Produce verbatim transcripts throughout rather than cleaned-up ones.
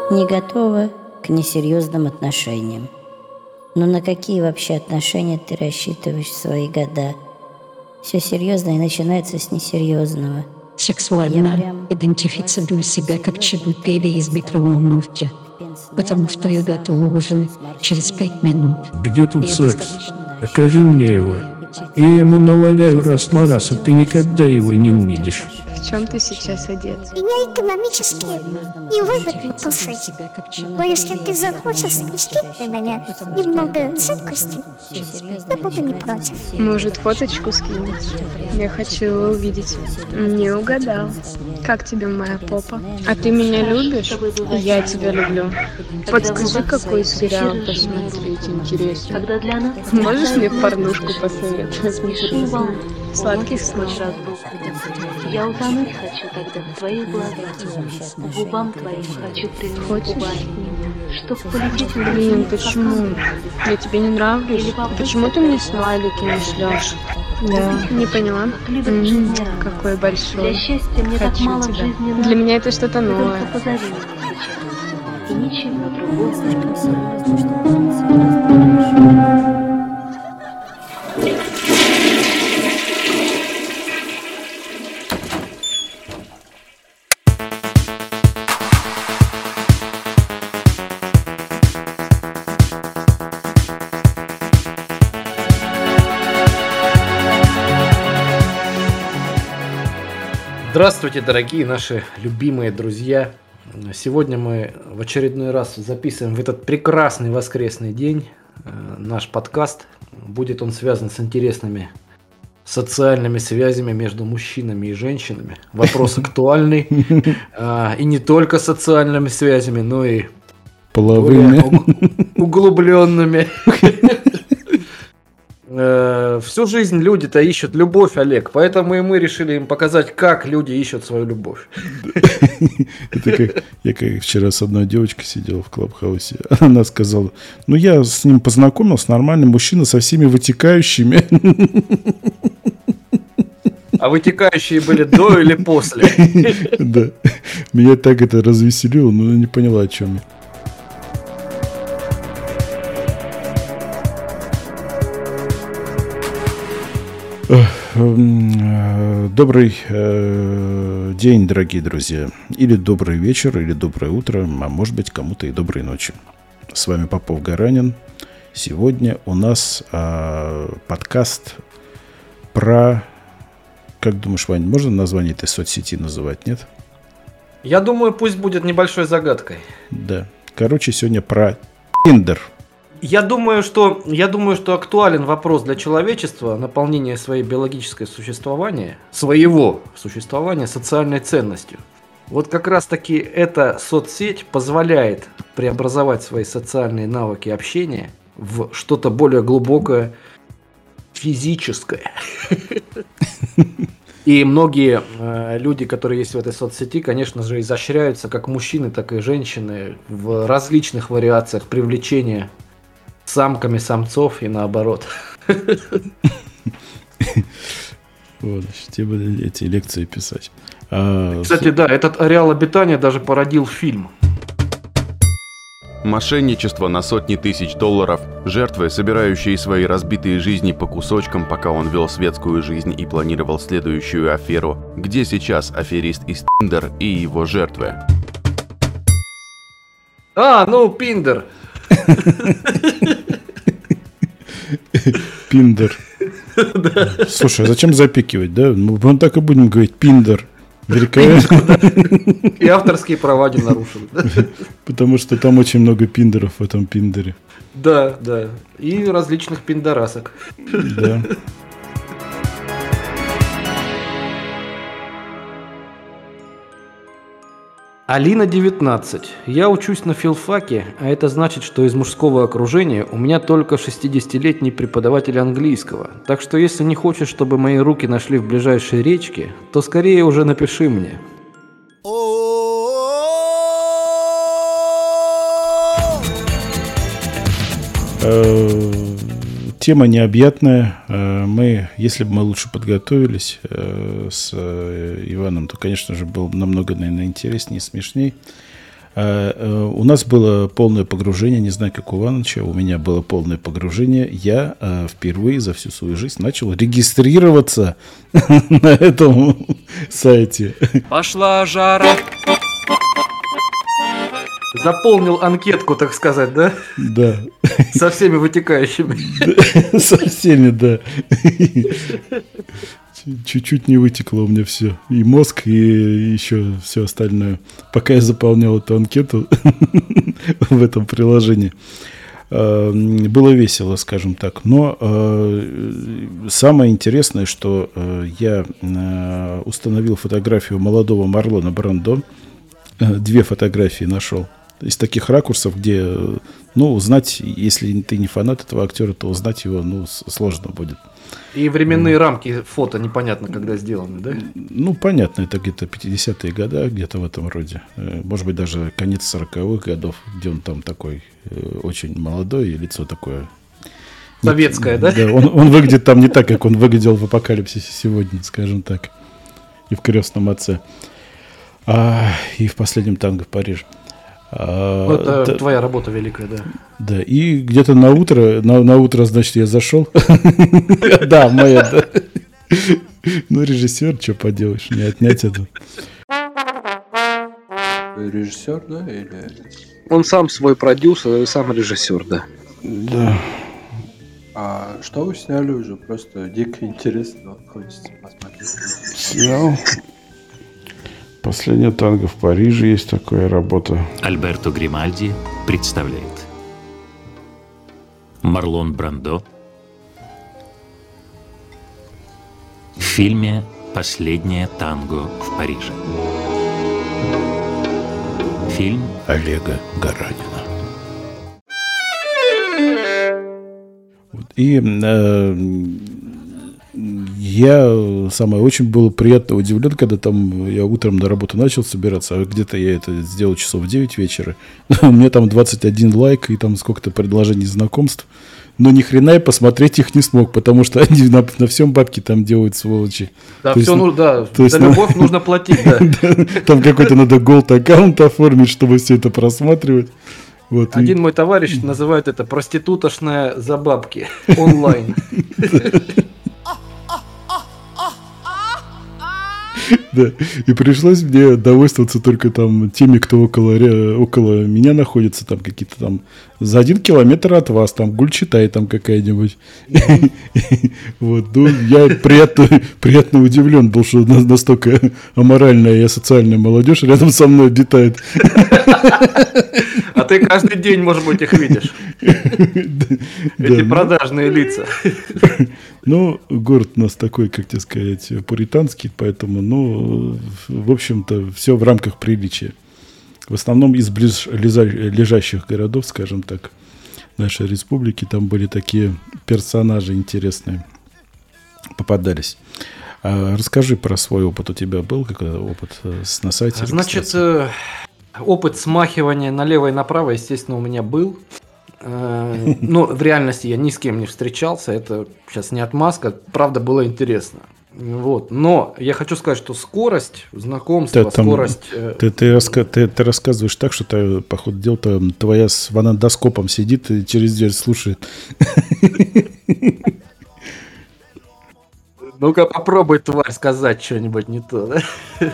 Не готова к несерьезным отношениям. Но на какие вообще отношения ты рассчитываешь в свои года? Все серьезное начинается с несерьезного. Сексуально идентифицирую себя как человека из микроволновки, потому что я готова уже через пять минут. Где тут секс? Покажи мне его. Я ему наваляю раз на раз, а ты никогда его не увидишь. В чем ты сейчас одет? Меня экономически невыгодно тусить. Но если ты захочешь спустить на меня немного цепкости, то буду не против. Может, фоточку скинуть? Я хочу его увидеть. Не угадал. Как тебе моя попа? А ты меня любишь? Я тебя люблю. Подскажи, какой сериал посмотреть интересно. Можешь мне порнушку посоветовать? Сладких снов. Я утонуть хочу тогда в твоих глазах, к губам твоим хочу прильнуть губами, чтоб полететь на Блин, почему? Я тебе не нравлюсь? Почему ты мне смайлики не шлешь? Да, не поняла. М-м, какой большой. Для счастья мне так мало в жизни надо. Для меня это что-то новое. Только позови меня сейчас. И ничего другого. Здравствуйте, дорогие наши любимые друзья! Сегодня мы в очередной раз записываем в этот прекрасный воскресный день наш подкаст. Будет он связан с интересными социальными связями между мужчинами и женщинами. Вопрос актуальный. И не только социальными связями, но и половыми, углубленными. Всю жизнь люди-то ищут любовь, Олег, поэтому и мы решили им показать, как люди ищут свою любовь. Это как я как вчера с одной девочкой сидел в Клабхаусе. Она сказала: ну я с ним познакомился, нормальный мужчина со всеми вытекающими. А вытекающие были до или после? Да. Меня так это развеселило, но не поняла, о чем я. Добрый э, день, дорогие друзья. Или добрый вечер, или доброе утро, а может быть, кому-то и доброй ночи. С вами Попов Гаранин. Сегодня у нас э, подкаст про... Как думаешь, Вань, можно название этой соцсети называть, нет? Я думаю, пусть будет небольшой загадкой. Да. Короче, сегодня про Tinder. Я думаю, что, я думаю, что актуален вопрос для человечества наполнения своей биологического существования, своего существования социальной ценностью. Вот как раз таки эта соцсеть позволяет преобразовать свои социальные навыки общения в что-то более глубокое, физическое. И многие э, люди, которые есть в этой соцсети, конечно же, изощряются, как мужчины, так и женщины, в различных вариациях привлечения самками самцов и наоборот. Вот, тебе бы эти лекции писать. А, Кстати, да, этот ареал обитания даже породил фильм. Мошенничество на сотни тысяч долларов, жертвы, собирающие свои разбитые жизни по кусочкам, пока он вел светскую жизнь и планировал следующую аферу. Где сейчас аферист из Tinder и его жертвы? А, ну, Пиндер. Пиндер. Слушай, а зачем запикивать, да? Мы так и будем говорить Пиндер. И авторские права не нарушены. Потому что там очень много пиндеров в этом пиндере. Да, да. И различных пиндорасок. Да. Алина, девятнадцать. Я учусь на филфаке, а это значит, что из мужского окружения у меня только шестидесятилетний преподаватель английского. Так что если не хочешь, чтобы мои руки нашли в ближайшей речке, то скорее уже напиши мне. Тема необъятная. Мы, если бы мы лучше подготовились с Иваном, то, конечно же, было намного, наверное, интереснее и смешнее. А, у нас было полное погружение, не знаю, как у Ивановича, у меня было полное погружение. Я а, впервые за всю свою жизнь начал регистрироваться на этом сайте. Пошла жара. Заполнил анкетку, так сказать, да? Да. Со всеми вытекающими. Да, со всеми, да. Чуть-чуть не вытекло у меня все. И мозг, и еще все остальное. Пока я заполнял эту анкету в этом приложении. Было весело, скажем так. Но самое интересное, что я установил фотографию молодого Марлона Брандо. Две фотографии нашел. Из таких ракурсов, где, ну, узнать, если ты не фанат этого актера, то узнать его, ну, сложно будет. И временные mm. рамки фото непонятно, когда сделаны, да? Ну, понятно, это где-то пятидесятые годы, где-то в этом роде. Может быть, даже конец сороковых годов, где он там такой очень молодой, и лицо такое... Советское, не, да? Да, он, он выглядит там не так, как он выглядел в «Апокалипсисе» сегодня, скажем так. И в «Крестном отце». А, и в «Последнем танго в Париже». А, это да, твоя работа великая, да. Да, и где-то на утро, на, на утро, значит, я зашел. Да, моя, да. Ну, режиссер, что поделаешь, не отнять это. Режиссер, да? Или... Он сам свой продюсер и сам режиссер, да. Да. А что вы сняли уже? Просто дико интересно. Хочется посмотреть. Снял. «Последнее танго в Париже» есть такая работа. Альберто Гримальди представляет Марлон Брандо в фильме «Последнее танго в Париже». Фильм Олега Гаранина. И э, я самое очень был приятно удивлен, когда там я утром на работу начал собираться, а где-то я это сделал часов в девять вечера. У меня там двадцать один лайк и там сколько-то предложений знакомств. Но ни хрена я посмотреть их не смог, потому что они на, на всем бабки там делают, сволочи. Да, то все, есть, ну, да, то есть, за любовь ну, нужно платить, да. Там какой-то надо голд-аккаунт оформить, чтобы все это просматривать. Вот, Один и... мой товарищ называет это проститутошная за бабки онлайн. Да, и пришлось мне довольствоваться только там теми, кто около, около меня находится, там какие-то там за один километр от вас, там Гульчатай там какая-нибудь. Вот, ну, я приятно, приятно удивлен был, что настолько аморальная и асоциальная молодежь рядом со мной обитает. А ты каждый день, может быть, их видишь. Эти продажные лица. Ну, город у нас такой, как тебе сказать, пуританский, поэтому, ну, в общем-то, все в рамках приличия. В основном из ближ... лежащих городов, скажем так, нашей республики, там были такие персонажи интересные, попадались. А расскажи про свой опыт. У тебя был какой-то опыт с, на сайте? Значит, опыт смахивания налево и направо, естественно, у меня был. Но в реальности я ни с кем не встречался, это сейчас не отмазка, правда было интересно. Вот. Но я хочу сказать, что скорость знакомства, ты, там, скорость... Ты, ты, раска... ты, ты рассказываешь так, что, ты, по ходу дела, там, твоя с ванадоскопом сидит и через дверь слушает. Ну-ка попробуй, тварь, сказать что-нибудь не то, да?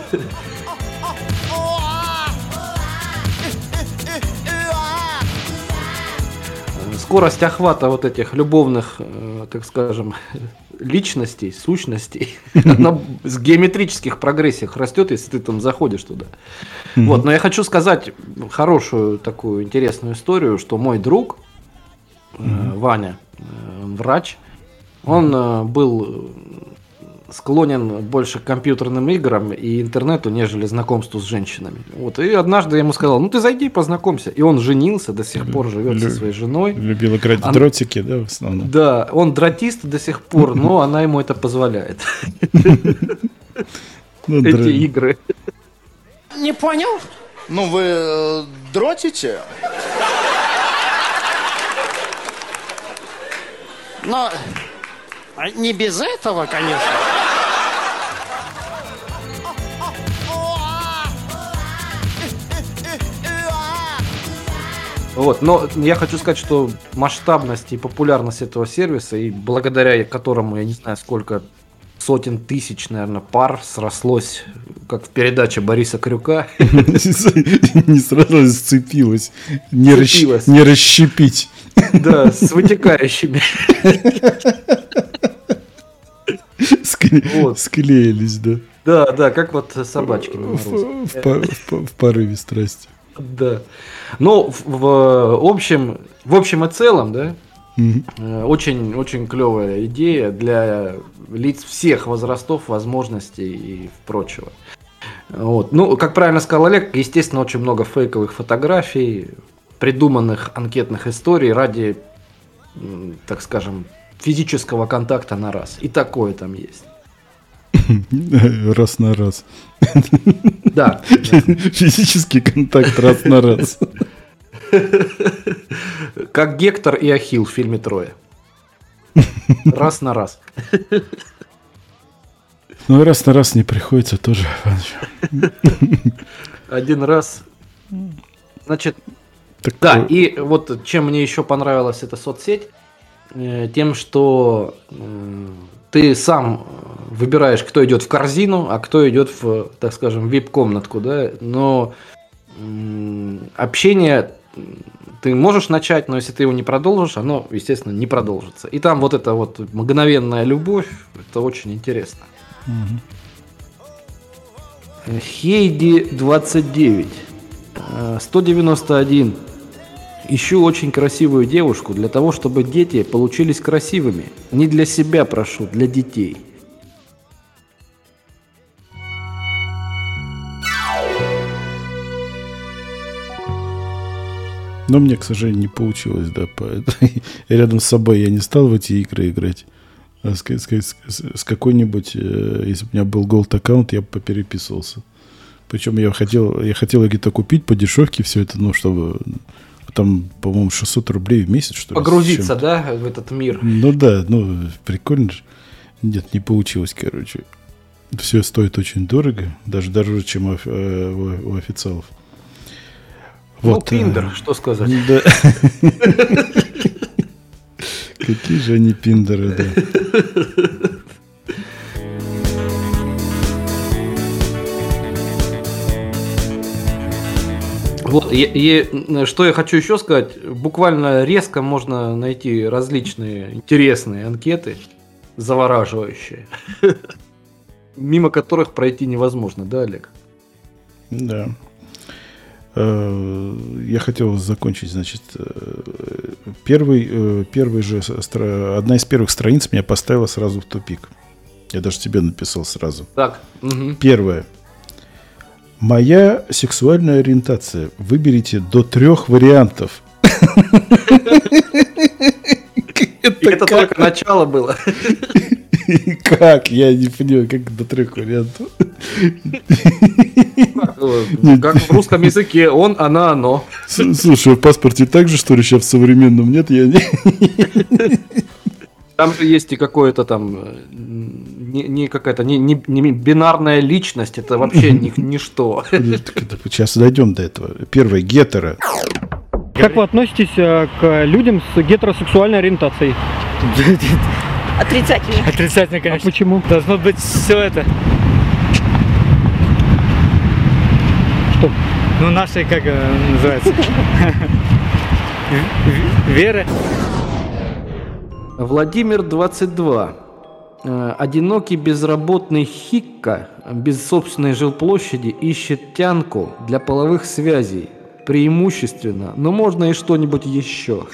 Скорость охвата вот этих любовных, э, так скажем, личностей, сущностей, она с геометрических прогрессиях растет, если ты там заходишь туда. Mm-hmm. Вот, но я хочу сказать хорошую такую интересную историю, что мой друг э, mm-hmm. Ваня, э, врач, он э, был склонен больше к компьютерным играм и интернету, нежели знакомству с женщинами. Вот. И однажды я ему сказал, ну ты зайди, познакомься. И он женился, до сих пор живет Лю- со своей женой. Любил играть в дротики, да, в основном? Да, он дротист до сих пор, но она ему это позволяет. Эти игры. Не понял? Ну вы дротите? Но не без этого, конечно. Вот, но я хочу сказать, что масштабность и популярность этого сервиса, и благодаря которому, я не знаю, сколько сотен тысяч, наверное, пар срослось, как в передаче Бориса Крюка. Не сразу сцепилось. Не расщепить. Да, с вытекающими. Склеились, да. Да, да, как вот собачки на морозе. В порыве страсти. Да. Ну, в, в общем, в общем и целом, да, mm-hmm. очень, очень клевая идея для лиц всех возрастов, возможностей и прочего. Вот. Ну, как правильно сказал Олег, естественно, очень много фейковых фотографий, придуманных анкетных историй ради, так скажем, физического контакта на раз. И такое там есть. Раз на раз. Да. Физический контакт раз на раз. Как Гектор и Ахилл в фильме «Троя». Раз на раз. Ну, раз на раз не приходится тоже. Один раз. Значит, так, да, и вот чем мне еще понравилась эта соцсеть, тем, что ты сам выбираешь, кто идет в корзину, а кто идет в, так скажем, вип-комнатку, да, но общение ты можешь начать, но если ты его не продолжишь, оно, естественно, не продолжится. И там вот эта вот мгновенная любовь, это очень интересно. Угу. Хейди двадцать девять, сто девяносто один. Ищу очень красивую девушку для того, чтобы дети получились красивыми. Не для себя прошу, для детей. Но мне, к сожалению, не получилось, да. Рядом с собой я не стал в эти игры играть. А с, с, с какой-нибудь, если бы у меня был голд аккаунт, я бы попереписывался. Причем я хотел, я хотел где-то купить по дешевке все это, ну, чтобы... Там, по-моему, шестьсот рублей в месяц, что ли. Погрузиться, да, в этот мир. Ну да, ну, прикольно же. Нет, не получилось, короче. Все стоит очень дорого, даже дороже, чем у, у, у официалов. Ну, вот, пиндер, а, что сказать. Да. Какие же они пиндеры, да. Вот, и, и что я хочу еще сказать, буквально резко можно найти различные интересные анкеты, завораживающие, мимо которых пройти невозможно, да, Олег? Да. Я хотел закончить, значит, первый, первый же, одна из первых страниц меня поставила сразу в тупик. Я даже тебе написал сразу. Так. Угу. Первое. Моя сексуальная ориентация. Выберите до трех вариантов. Это только начало было. Как? Я не понимаю, как до трех вариантов. Как в русском языке. Он, она, оно. Слушай, в паспорте так же, что ли, сейчас в современном? Нет, я не... Там же есть и какое-то там не, не какая-то не, не, не бинарная личность, это вообще ни, ничто. Сейчас дойдем до этого. Первое, гетеро. Как вы относитесь к людям с гетеросексуальной ориентацией? Отрицательно. Отрицательно, конечно. А почему? Должно быть все это. Что? Ну, нашей, как называется? Вера. Владимир, двадцать два. Одинокий безработный хикка без собственной жилплощади ищет тянку для половых связей. Преимущественно, но можно и что-нибудь еще.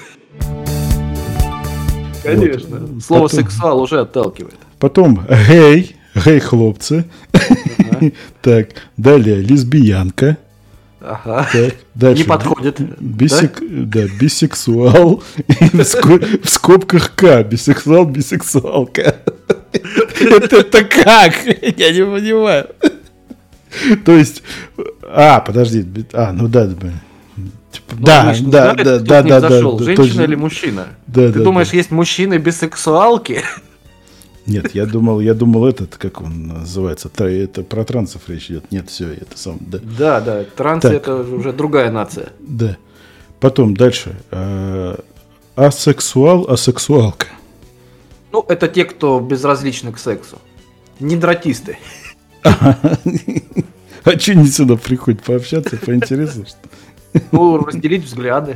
Конечно. Вот. Слово потом, сексуал уже отталкивает. Потом гей, гей хлопцы. Ага. Так, далее лесбиянка. Ага. Так, дальше. Не подходит. Бисек... Да? Да, бисексуал. В скобках К. Бисексуал, бисексуалка. Это как? Я не понимаю. То есть... А, подожди. А, ну да, блин. Ну, да, да, да, да, да, да, зашел, да. Женщина Точно. Или мужчина? Да, Ты да, думаешь, да. Есть мужчины бисексуалки? Нет, я думал, я думал этот, как он называется, это про трансов речь идет. Нет, все, это сам, да. Да, да, трансы это уже другая нация. Да. Потом дальше. Асексуал, асексуалка. Ну, это те, кто безразличны к сексу. Недратисты. А что не сюда приходят пообщаться, поинтереснее? Ну, разделить взгляды.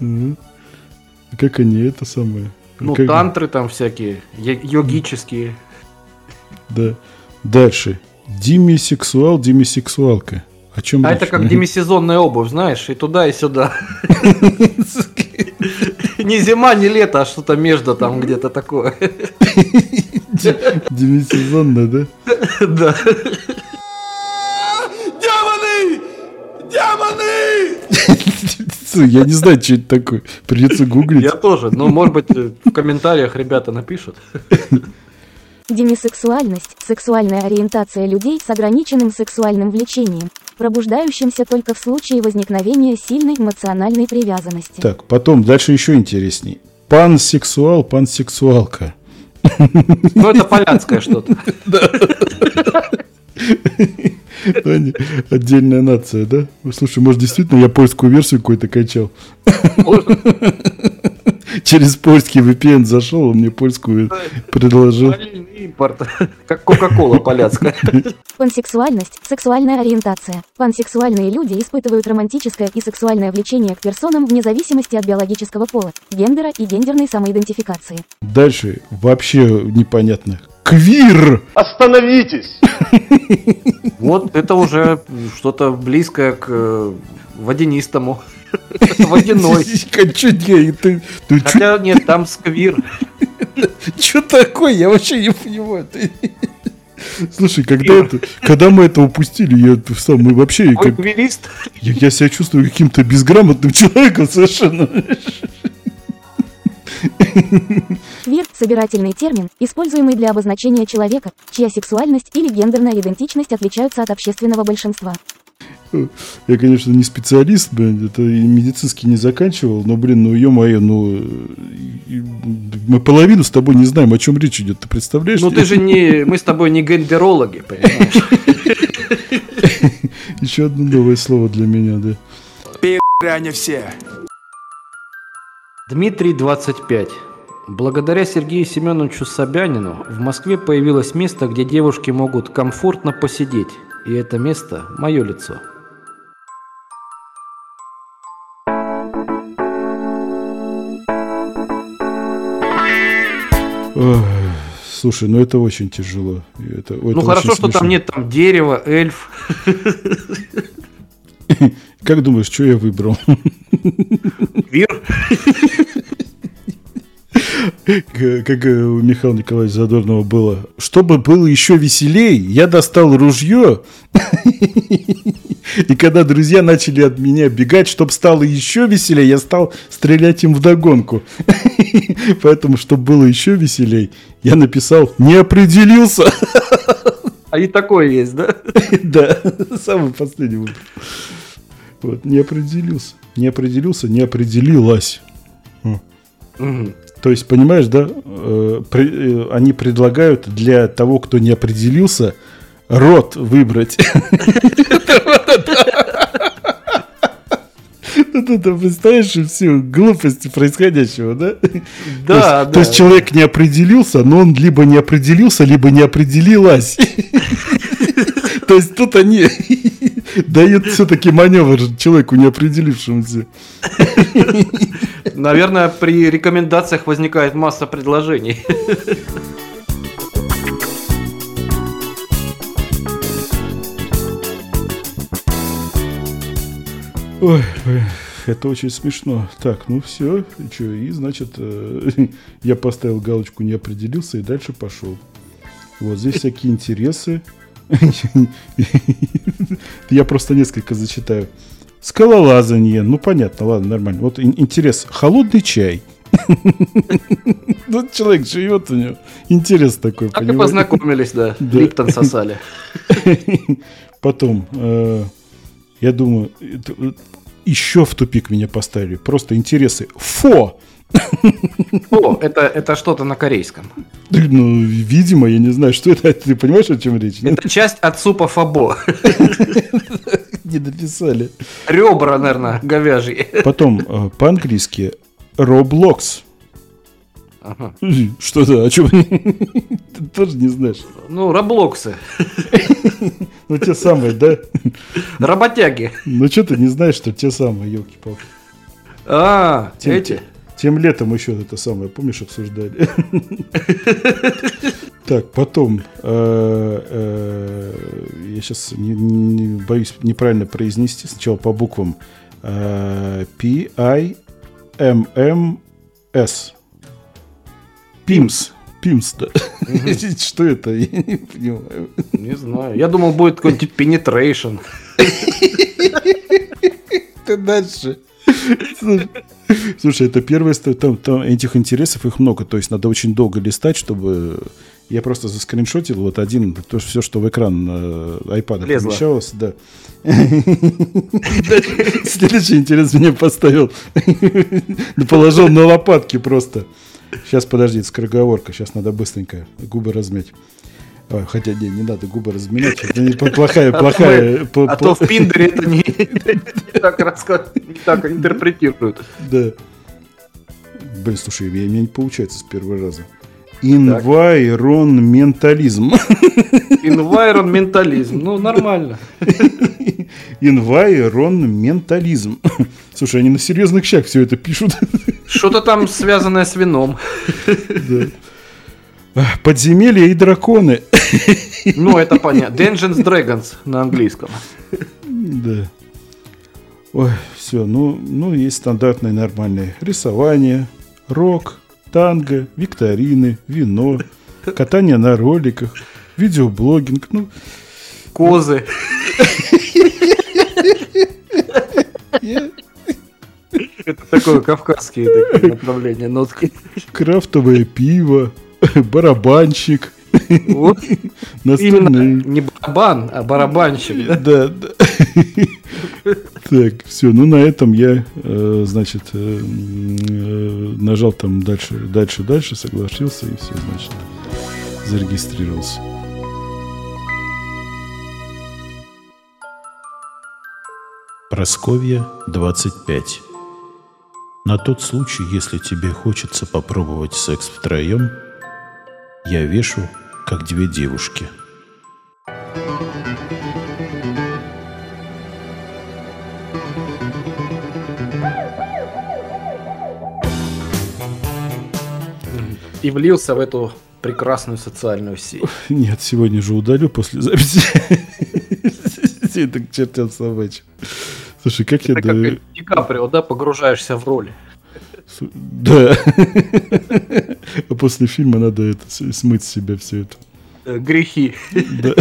Как они это самое? Ну, тантры там всякие, йогические. Да. Дальше. Демисексуал, демисексуалка. О чем а речь? Это как демисезонная обувь, знаешь, и туда, и сюда. Не зима, не лето, а что-то между там где-то такое. Демисезонная, да? Да. Демоны! Демоны! Я не знаю, что это такое. Придется гуглить. Я тоже, но может быть в комментариях ребята напишут. Демисексуальность – сексуальная ориентация людей с ограниченным сексуальным влечением, пробуждающимся только в случае возникновения сильной эмоциональной привязанности. Так, потом, дальше еще интересней. Пансексуал, пансексуалка. Ну, это поляцкое что-то. Отдельная нация, да? Слушай, может, действительно я польскую версию какой-то качал? Через польский ви пи эн зашел, он мне польскую предложил. Импорт, как Кока-Кола поляцкая. Пансексуальность – сексуальная ориентация. Пансексуальные люди испытывают романтическое и сексуальное влечение к персонам вне зависимости от биологического пола, гендера и гендерной самоидентификации. Дальше вообще непонятно. Квир! Остановитесь! Вот это уже что-то близкое к водянистому. Водяной. Хотя нет, там сквир. Что такое? Я вообще не понимаю. Слушай, когда это, когда мы это упустили, я сам, мы вообще как, я, я себя чувствую каким-то безграмотным человеком совершенно. Квир – собирательный термин, используемый для обозначения человека, чья сексуальность или гендерная идентичность отличаются от общественного большинства. Я, конечно, не специалист, блин, это и медицинский не заканчивал, но, блин, ну, ё-моё, ну, мы половину с тобой не знаем, о чем речь идет, ты представляешь? Ну, ты же не, мы с тобой не гендерологи, понимаешь? Еще одно новое слово для меня, да. Пи***ряне все. Дмитрий, двадцать пять. Благодаря Сергею Семеновичу Собянину в Москве появилось место, где девушки могут комфортно посидеть. И это место – мое лицо. Ой, слушай, ну это очень тяжело. Это, это ну хорошо, что там нет там дерева, эльф. Как думаешь, что я выбрал? Квир. Как у Михаила Николаевича Задорнова было. Чтобы было еще веселей, я достал ружье. И когда друзья начали от меня бегать, чтобы стало еще веселее, я стал стрелять им вдогонку. Поэтому, чтобы было еще веселей, я написал «не определился». А и такое есть, да? Да, самый последний выбор. Вот, не определился. Не определился, не определилась. Угу. То есть, понимаешь, да, э, при, э, они предлагают для того, кто не определился, род выбрать. Ты представляешь всю глупость происходящего, да? Да, да. То есть человек не определился, но он либо не определился, либо не определилась. То есть тут они дают все-таки маневр человеку не определившемуся. Наверное, при рекомендациях возникает масса предложений. Ой, это очень смешно. Так, ну все, и что, и значит, э, я поставил галочку «не определился» и дальше пошел. Вот здесь всякие интересы. Я просто несколько зачитаю. Скалолазание, ну понятно, ладно, нормально. Вот интерес, холодный чай. Ну, человек живет у него. Интерес такой, так и познакомились, да. Липтон сосали. Потом, я думаю, еще в тупик меня поставили. Просто интересы. Фо! О, это, это что-то на корейском. Ну, видимо, я не знаю, что это. Ты понимаешь, о чем речь? Это часть от супа фабо. Не написали. Ребра, наверное, говяжьи. Потом э, по-английски Roblox. Ага. Что-то, о чем ты тоже не знаешь. Ну, роблоксы. Ну, те самые, да? Работяги. Ну, что ты не знаешь, что те самые, елки-палки. А, эти? Тем летом еще это самое, помнишь, обсуждали? Так, потом, я сейчас боюсь неправильно произнести, сначала по буквам. пи ай эм эм эс. пимс. пимс, да. Что это? Я не понимаю. Не знаю. Я думал, будет какой-нибудь penetration. Ты дальше. Слушай, это первое, там, там этих интересов их много, то есть надо очень долго листать, чтобы... Я просто заскриншотил вот один, то, все, что в экран айпада помещалось, да. Следующий интерес меня поставил. Положил на лопатки просто. Сейчас, подожди, скороговорка, сейчас надо быстренько губы размять. Ой, хотя не, не надо губы разменять. Это не плохая, плохая. А то в Пиндере это не так интерпретируют. Да. Блин, слушай, у меня не получается с первого раза. Инвайронментализм. Инвайронментализм. Ну, нормально. Инвайронментализм. Слушай, они на серьезных щах все это пишут. Что-то там связанное с вином. Да. Подземелья и драконы. Ну, это понятно. Dungeons Dragons на английском. Да. Ой, все, ну, ну, есть стандартные нормальные. Рисование, рок, танго, викторины, вино, катание на роликах, видеоблогинг, ну... Козы. Это такое кавказские направления, нотки. Крафтовое пиво, барабанщик. Вот. Именно не барабан, а барабанщик. Да, да. Так, все, ну на этом я, э, значит, э, э, нажал там дальше, дальше, дальше, согласился и все, значит, зарегистрировался. Просковья, двадцать пять. На тот случай, если тебе хочется попробовать секс втроем, я вешу, как две девушки. И влился в эту прекрасную социальную сеть. Нет, сегодня же удалю после записи. Это к чертям собачьим. Слушай, как я... Это как Ди Каприо, да, погружаешься в роли. Да. А после фильма надо это смыть с себя все это. Грехи. Да.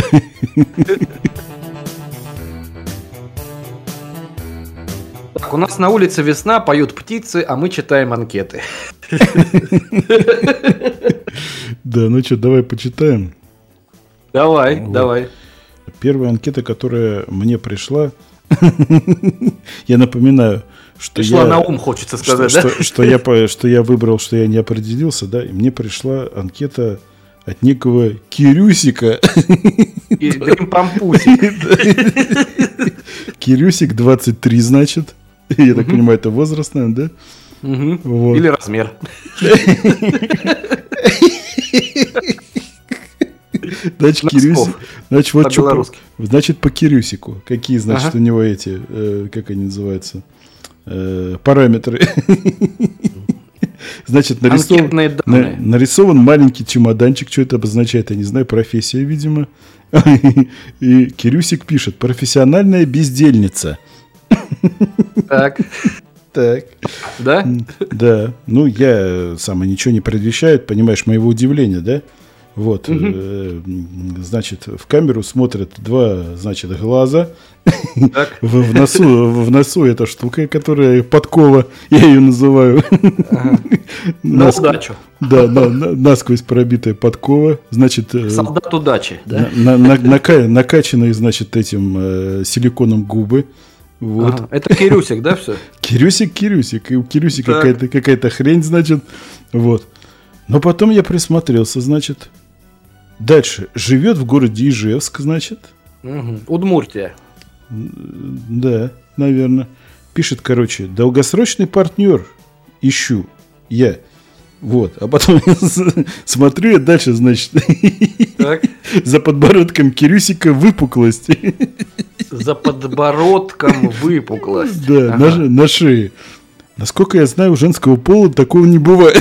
Так, у нас на улице весна, поют птицы, а мы читаем анкеты. Да, ну что, давай почитаем. Давай, вот. Давай. Первая анкета, которая мне пришла, я напоминаю, что пришла я... на ум, хочется сказать, что, да? Что, что, я, что я выбрал, что я не определился, да, и мне пришла анкета от некого Кирюсика. Кирюсик двадцать три, значит. Я так понимаю, это возраст, наверное, да? Или размер. Значит, Кирюсик, значит, вот что по, значит, по Кирюсику. Какие, значит, ага. у него эти, э, как они называются, э, параметры. Значит, нарисован, на, нарисован маленький чемоданчик. Что это обозначает? Я не знаю, профессия, видимо. И Кирюсик пишет: профессиональная бездельница. Так. Так. Да? Да. Ну, я сам ничего не предвещает, понимаешь, моего удивления, да? Вот, угу. э, значит, в камеру смотрят два, значит, глаза. в, в, носу, в носу эта штука, которая подкова, я ее называю. Ага. На Наск... удачу. Да, на, на, насквозь пробитая подкова. Значит, солдат удачи. Да? На, на, нака, накачанные, значит, этим э, силиконом губы. Вот. Ага. Это Кирюсик, да, все? Кирюсик, Кирюсик. И у Кирюсика какая-то, какая-то хрень, значит. Вот. Но потом я присмотрелся, значит. Дальше. Живет в городе Ижевск, значит. Угу. Удмуртия. Да, наверное. Пишет, короче, долгосрочный партнер ищу я. Вот. А потом я смотрю, я дальше, значит, так. За подбородком Кирюсика выпуклость. За подбородком выпуклость. Да, ага. на, на шее. Насколько я знаю, у женского пола такого не бывает.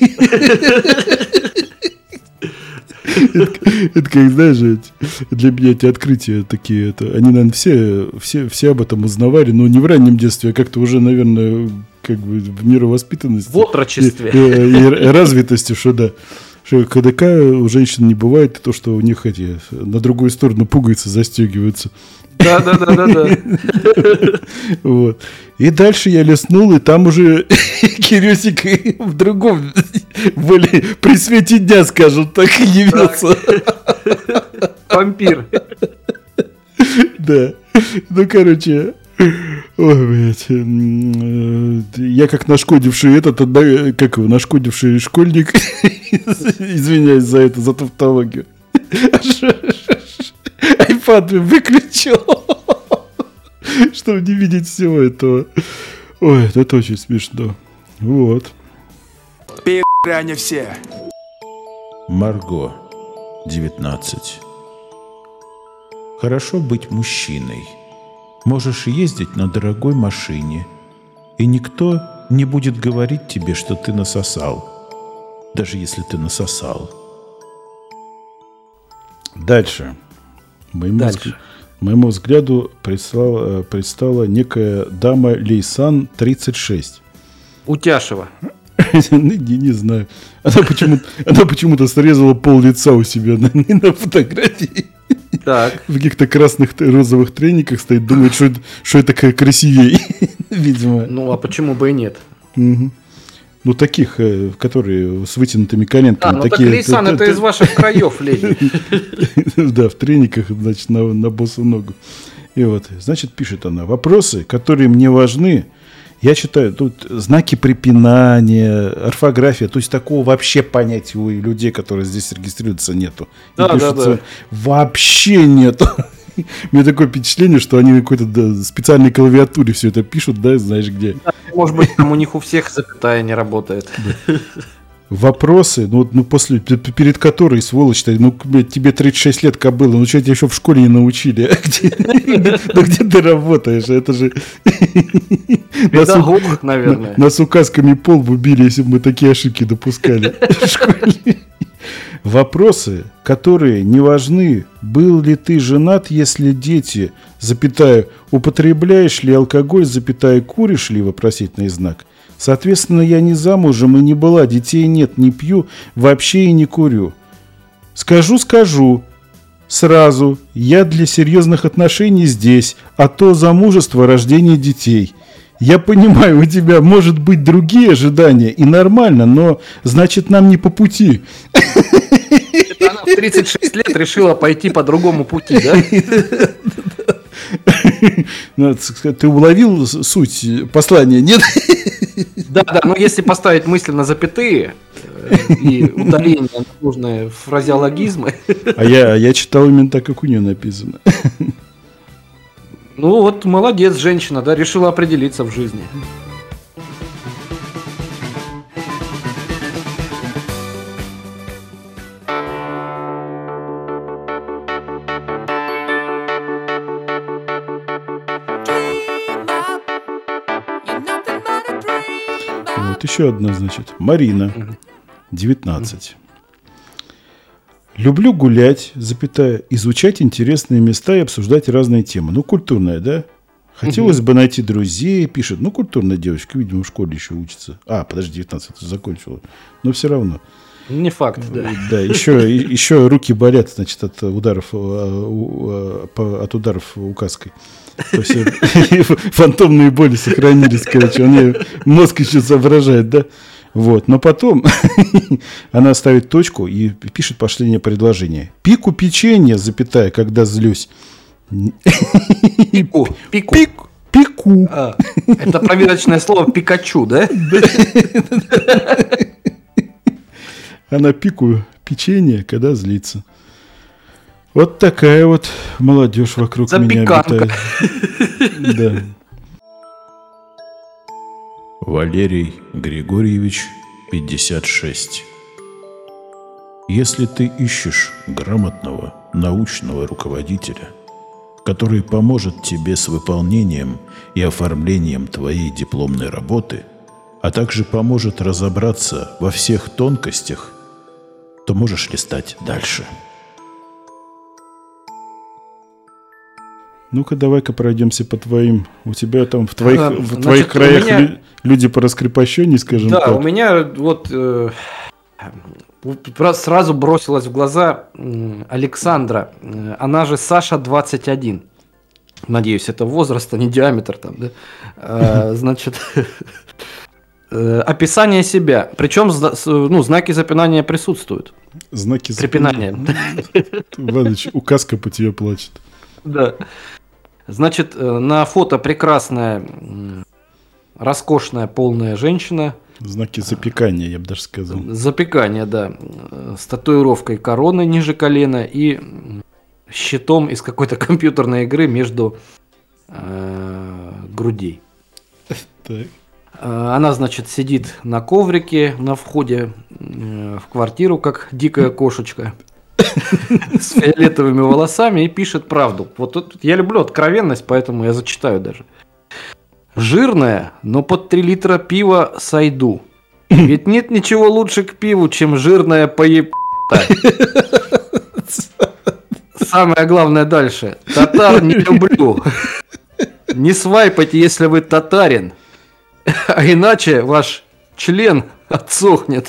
Это, это как, знаешь, для меня эти открытия такие, это, они, наверное, все, все, все об этом узнавали, но не в раннем детстве, а как-то уже, наверное, как бы в меру воспитанности. В отрочестве. И, и, и развитости, что да. Что КДК у женщин не бывает, то, что у них эти на другую сторону пуговицы застегиваются. Да, да, да, да, да. Вот. И дальше я листнул, и там уже Кирюсик в другом, более при свете дня, скажем так, явился. Вампир. Да. Ну, короче, ой, блядь. Я как нашкодивший этот, как его, нашкодивший школьник, извиняюсь за это, за тавтологию. Айпад выключил, чтобы не видеть всего этого. Ой, это очень смешно. Вот. Пи***ряне все. Марго, девятнадцать. Хорошо быть мужчиной. Можешь ездить на дорогой машине, и никто не будет говорить тебе, что ты насосал, даже если ты насосал. Дальше. Моему, Дальше. взг... Моему взгляду предстала, предстала некая дама Лейсан тридцать шесть. Утяшева. не, не знаю. Она почему-то, она почему-то срезала пол лица у себя на, на фотографии. Так. В каких-то красных розовых трениках стоит, думает, что, что я такая красивее. Видимо. Ну, а почему бы и нет? Угу. Ну, таких, которые с вытянутыми коленками. А, ну такие, так Лейсан, это из ваших краев леди. Да, в трениках, значит, на, на босу ногу. И вот, значит, пишет она. Вопросы, которые мне важны, я читаю, тут знаки препинания, орфография, то есть такого вообще понятия у людей, которые здесь регистрируются, нету. Да, да, да. Вообще нету. У меня такое впечатление, что они на какой-то да, специальной клавиатуре все это пишут, да, знаешь где. Да, может быть, там у них у всех запятая не работает. Да. Вопросы, ну, ну после, перед которой, сволочь-то, ну, тебе тридцать шесть лет кобыла, ну, что тебя еще в школе не научили? Ну, где ты работаешь? Это же... Педагог, наверное. Нас указками пол бы убили, если бы мы такие ошибки допускали в школе. Вопросы, которые не важны, был ли ты женат, если дети, запятая, употребляешь ли алкоголь, запятая, куришь ли, вопросительный знак. Соответственно, я не замужем и не была, детей нет, не пью, вообще и не курю. Скажу, скажу, сразу, я для серьезных отношений здесь, а то замужество, рождение детей. Я понимаю, у тебя может быть другие ожидания, и нормально, но значит нам не по пути. Это она в тридцать шесть лет решила пойти по другому пути, да? Ты уловил суть послания, нет? Да, да, но если поставить мысленно запятые и удаление на нужные фразеологизмы. А я, я читал именно так, как у нее написано. Ну вот, молодец, женщина, да, решила определиться в жизни. Вот еще одна, значит, Марина, девятнадцать. Люблю гулять, запятая, изучать интересные места и обсуждать разные темы. Ну, культурная, да? Хотелось угу. бы найти друзей, пишет. Ну, культурная девочка, видимо, в школе еще учится. А, подожди, девятнадцать закончила. Но все равно. Не факт, да. Да, еще, еще руки болят, значит, от ударов, от ударов указкой. То есть фантомные боли сохранились, короче. Он мозг еще соображает, да? Вот, но потом она ставит точку и пишет последнее предложение. Пику печенья, запятая, когда злюсь. Пику. Пику. Пику. Пику. А, это проверочное слово Пикачу, да? Она пику печенье, когда злится. Вот такая вот молодежь вокруг Запеканка. меня обитает. Да. Валерий Григорьевич, пятьдесят шесть. Если ты ищешь грамотного научного руководителя, который поможет тебе с выполнением и оформлением твоей дипломной работы, а также поможет разобраться во всех тонкостях, то можешь листать дальше. Ну-ка, давай-ка пройдемся по твоим. У тебя там в твоих, а, в значит, твоих краях меня... лю- люди пораскрепощеннее, скажем да, так. Да, у меня вот э, сразу бросилась в глаза э, Александра. Э, она же Саша двадцать один. Надеюсь, это возраст, а не диаметр там, да? Э, значит, э, описание себя. Причем ну, знаки запинания присутствуют. Знаки запинания. Ладыч, указка по тебе плачет. Да. Значит, на фото прекрасная, роскошная, полная женщина. Знаки запекания, я бы даже сказал. Запекания, да. С татуировкой короны ниже колена и щитом из какой-то компьютерной игры между э, грудей. Так. Она, значит, сидит на коврике на входе э, в квартиру, как дикая кошечка. С фиолетовыми волосами и пишет правду. Вот тут я люблю откровенность, поэтому я зачитаю даже. Жирная, но под три литра пива сойду. Ведь нет ничего лучше к пиву, чем жирная поеб***та. Самое главное дальше. Татар не люблю. Не свайпайте, если вы татарин. А иначе ваш член отсохнет.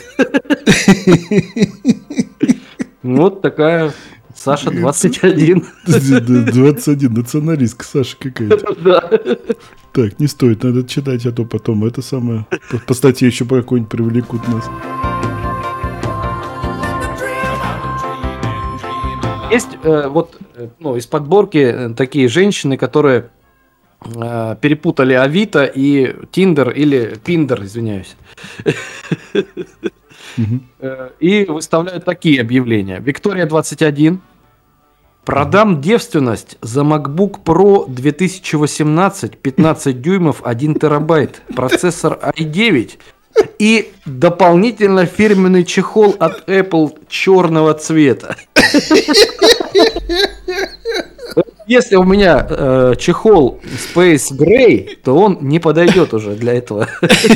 Вот такая Саша двадцать один. двадцать один, националистка Саша какая-то. Да. Так, не стоит, надо читать, а то потом это самое. По, по статье еще по какой-нибудь привлекут нас. Есть э, вот ну, из подборки такие женщины, которые э, перепутали Авито и Тиндер или Пиндер, извиняюсь. И выставляют такие объявления. Виктория двадцать один. Продам девственность за MacBook Pro две тысячи восемнадцать, пятнадцать дюймов, один терабайт, процессор ай девять и дополнительно фирменный чехол от Apple черного цвета. Если у меня э, чехол Space Gray, то он не подойдет уже для этого.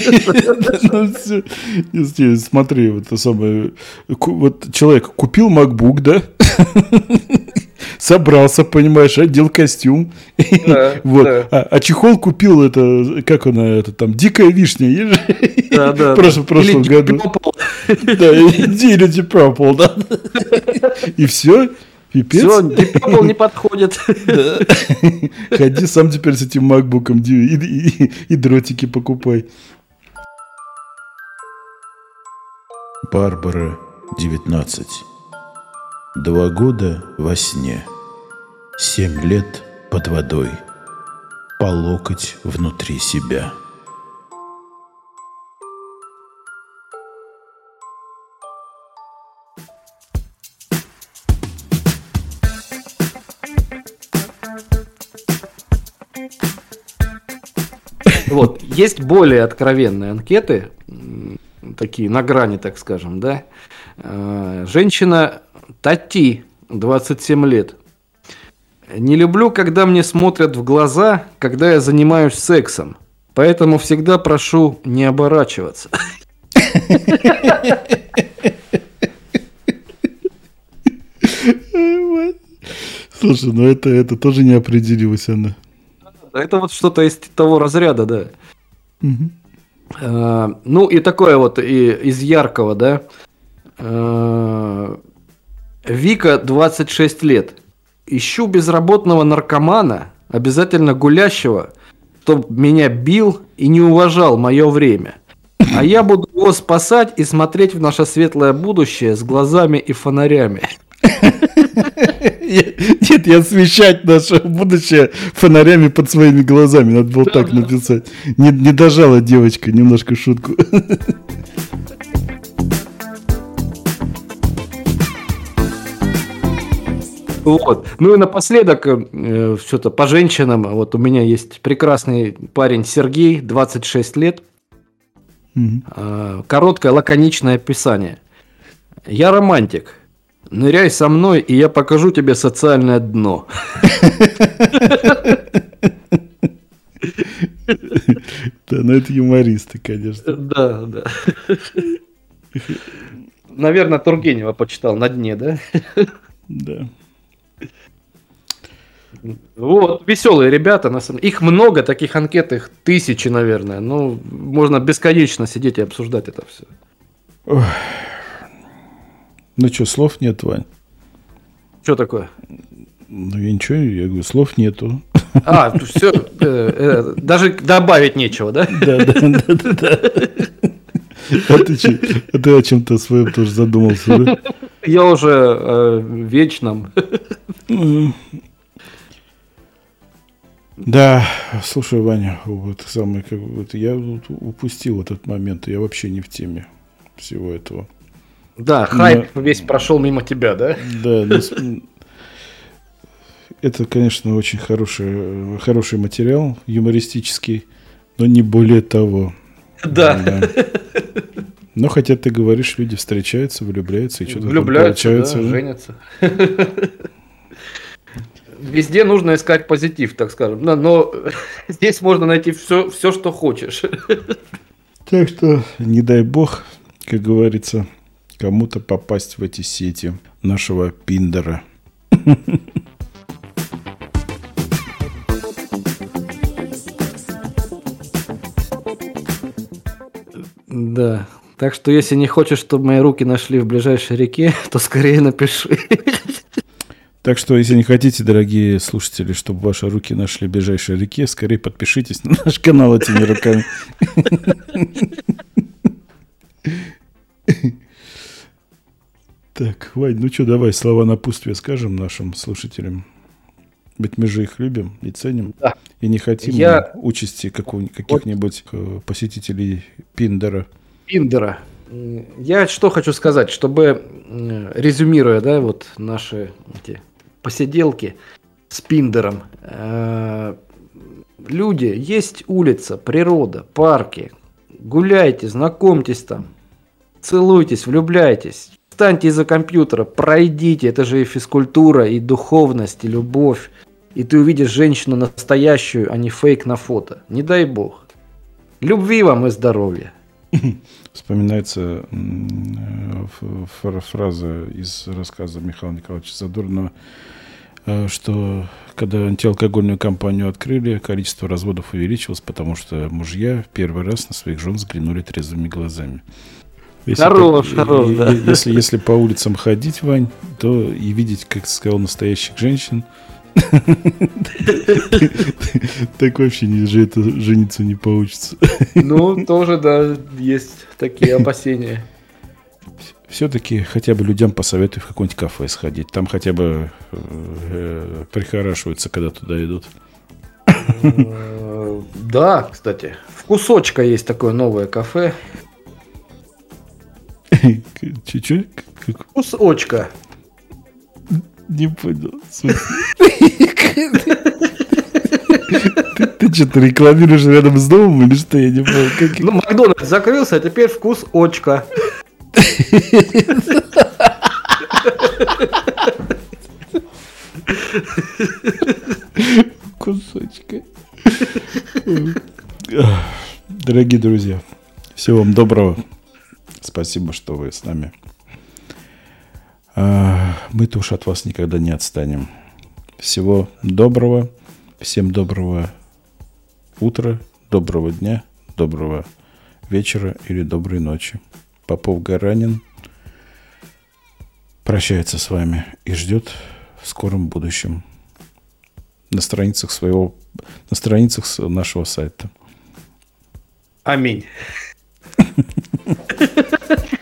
Смотри, вот это самое. Вот человек купил MacBook, да? Собрался, понимаешь, одел костюм. Вот. А чехол купил это, как она, это там, дикая вишня. Да, да. В прошлом году. Да, или Deep Purple, да. И все. Пипец. Все, Deep не подходит. Да. Ходи сам теперь с этим макбуком и, и, и дротики покупай. Барбара, девятнадцать. Два года во сне. Семь лет под водой. По локоть внутри себя. Вот, есть более откровенные анкеты, такие на грани, так скажем, да. Женщина Тати, двадцать семь лет. Не люблю, когда мне смотрят в глаза, когда я занимаюсь сексом. Поэтому всегда прошу не оборачиваться. Слушай, ну это, это тоже не определилась она. Это вот что-то из того разряда, да. Угу. А, ну и такое вот и, из яркого, да. А, Вика, двадцать шесть лет. Ищу безработного наркомана, обязательно гулящего, чтоб меня бил и не уважал мое время. А я буду его спасать и смотреть в наше светлое будущее с глазами и фонарями. Нет, и освещать наше будущее фонарями под своими глазами. Надо было так написать. Не, не дожала девочка немножко шутку. Вот. Ну и напоследок, э, что-то по женщинам. Вот у меня есть прекрасный парень Сергей, двадцать шесть лет. Мгм. Э, Короткое, лаконичное описание. Я романтик. Ныряй со мной, и я покажу тебе социальное дно. Да, ну это юмористы, конечно. Да, да. Наверное, Тургенева почитал «На дне», да? Да. Вот, веселые ребята, на самом... их много, таких анкет, их тысячи, наверное. Ну, можно бесконечно сидеть и обсуждать это все. Ой. Ну что, слов нет, Вань? Что такое? Ну я ничего, я говорю, слов нету. А, все, даже добавить нечего, да? Да, да, да, да, да. А ты, че, а ты о чем-то своем тоже задумался, да? Я уже э, вечном. Да, слушай, Ваня, вот самый, как, вот я вот упустил этот момент, я вообще не в теме всего этого. Да, хайп но... весь прошел мимо тебя, да? Да, но... это, конечно, очень хороший, хороший материал, юмористический, но не более того. Да. Да. Но хотя ты говоришь, люди встречаются, влюбляются и что-то влюбляются, получается. Да, да? Женятся. Везде нужно искать позитив, так скажем. Но, но здесь можно найти все, все, что хочешь. Так что, не дай бог, как говорится, кому-то попасть в эти сети нашего Пиндера. Да. Так что, если не хочешь, чтобы мои руки нашли в ближайшей реке, то скорее напиши. Так что, если не хотите, дорогие слушатели, чтобы ваши руки нашли в ближайшей реке, скорее подпишитесь на наш канал этими руками. Так, Вань, ну что, давай слова напутствия скажем нашим слушателям. Ведь мы же их любим и ценим. Да. И не хотим Я... участи каких-нибудь вот. посетителей Пиндера. Пиндера. Я что хочу сказать, чтобы, резюмируя, да, вот наши эти посиделки с Пиндером. Э, люди, есть улица, природа, парки. Гуляйте, знакомьтесь там. Целуйтесь, влюбляйтесь. Встаньте из-за компьютера, пройдите. Это же и физкультура, и духовность, и любовь. И ты увидишь женщину настоящую, а не фейк на фото. Не дай бог. Любви вам и здоровья. Вспоминается фраза из рассказа Михаила Николаевича Задорнова, что когда антиалкогольную кампанию открыли, количество разводов увеличилось, потому что мужья первый раз на своих жен взглянули трезвыми глазами. Если, хорош, так, хорош, и, да. если, если по улицам ходить, Вань, то и видеть, как ты сказал, настоящих женщин, так вообще жениться не получится. Ну, тоже, да, есть такие опасения. Все-таки хотя бы людям посоветую в какое-нибудь кафе сходить. Там хотя бы э, прихорашиваются, когда туда идут. Да, кстати. Вкусочка есть такое новое кафе. Че-че? Вкусочка. Не понял. Ты что-то рекламируешь рядом с домом или что? Я не понял. Ну, Макдональдс закрылся, а теперь вкус очка. Кусочка. Дорогие друзья, всего вам доброго. Спасибо, что вы с нами. Мы-то уж от вас никогда не отстанем. Всего доброго. Всем доброго утра, доброго дня, доброго вечера или доброй ночи. Попов Гаранин прощается с вами и ждет в скором будущем на страницах своего, на страницах нашего сайта. Аминь.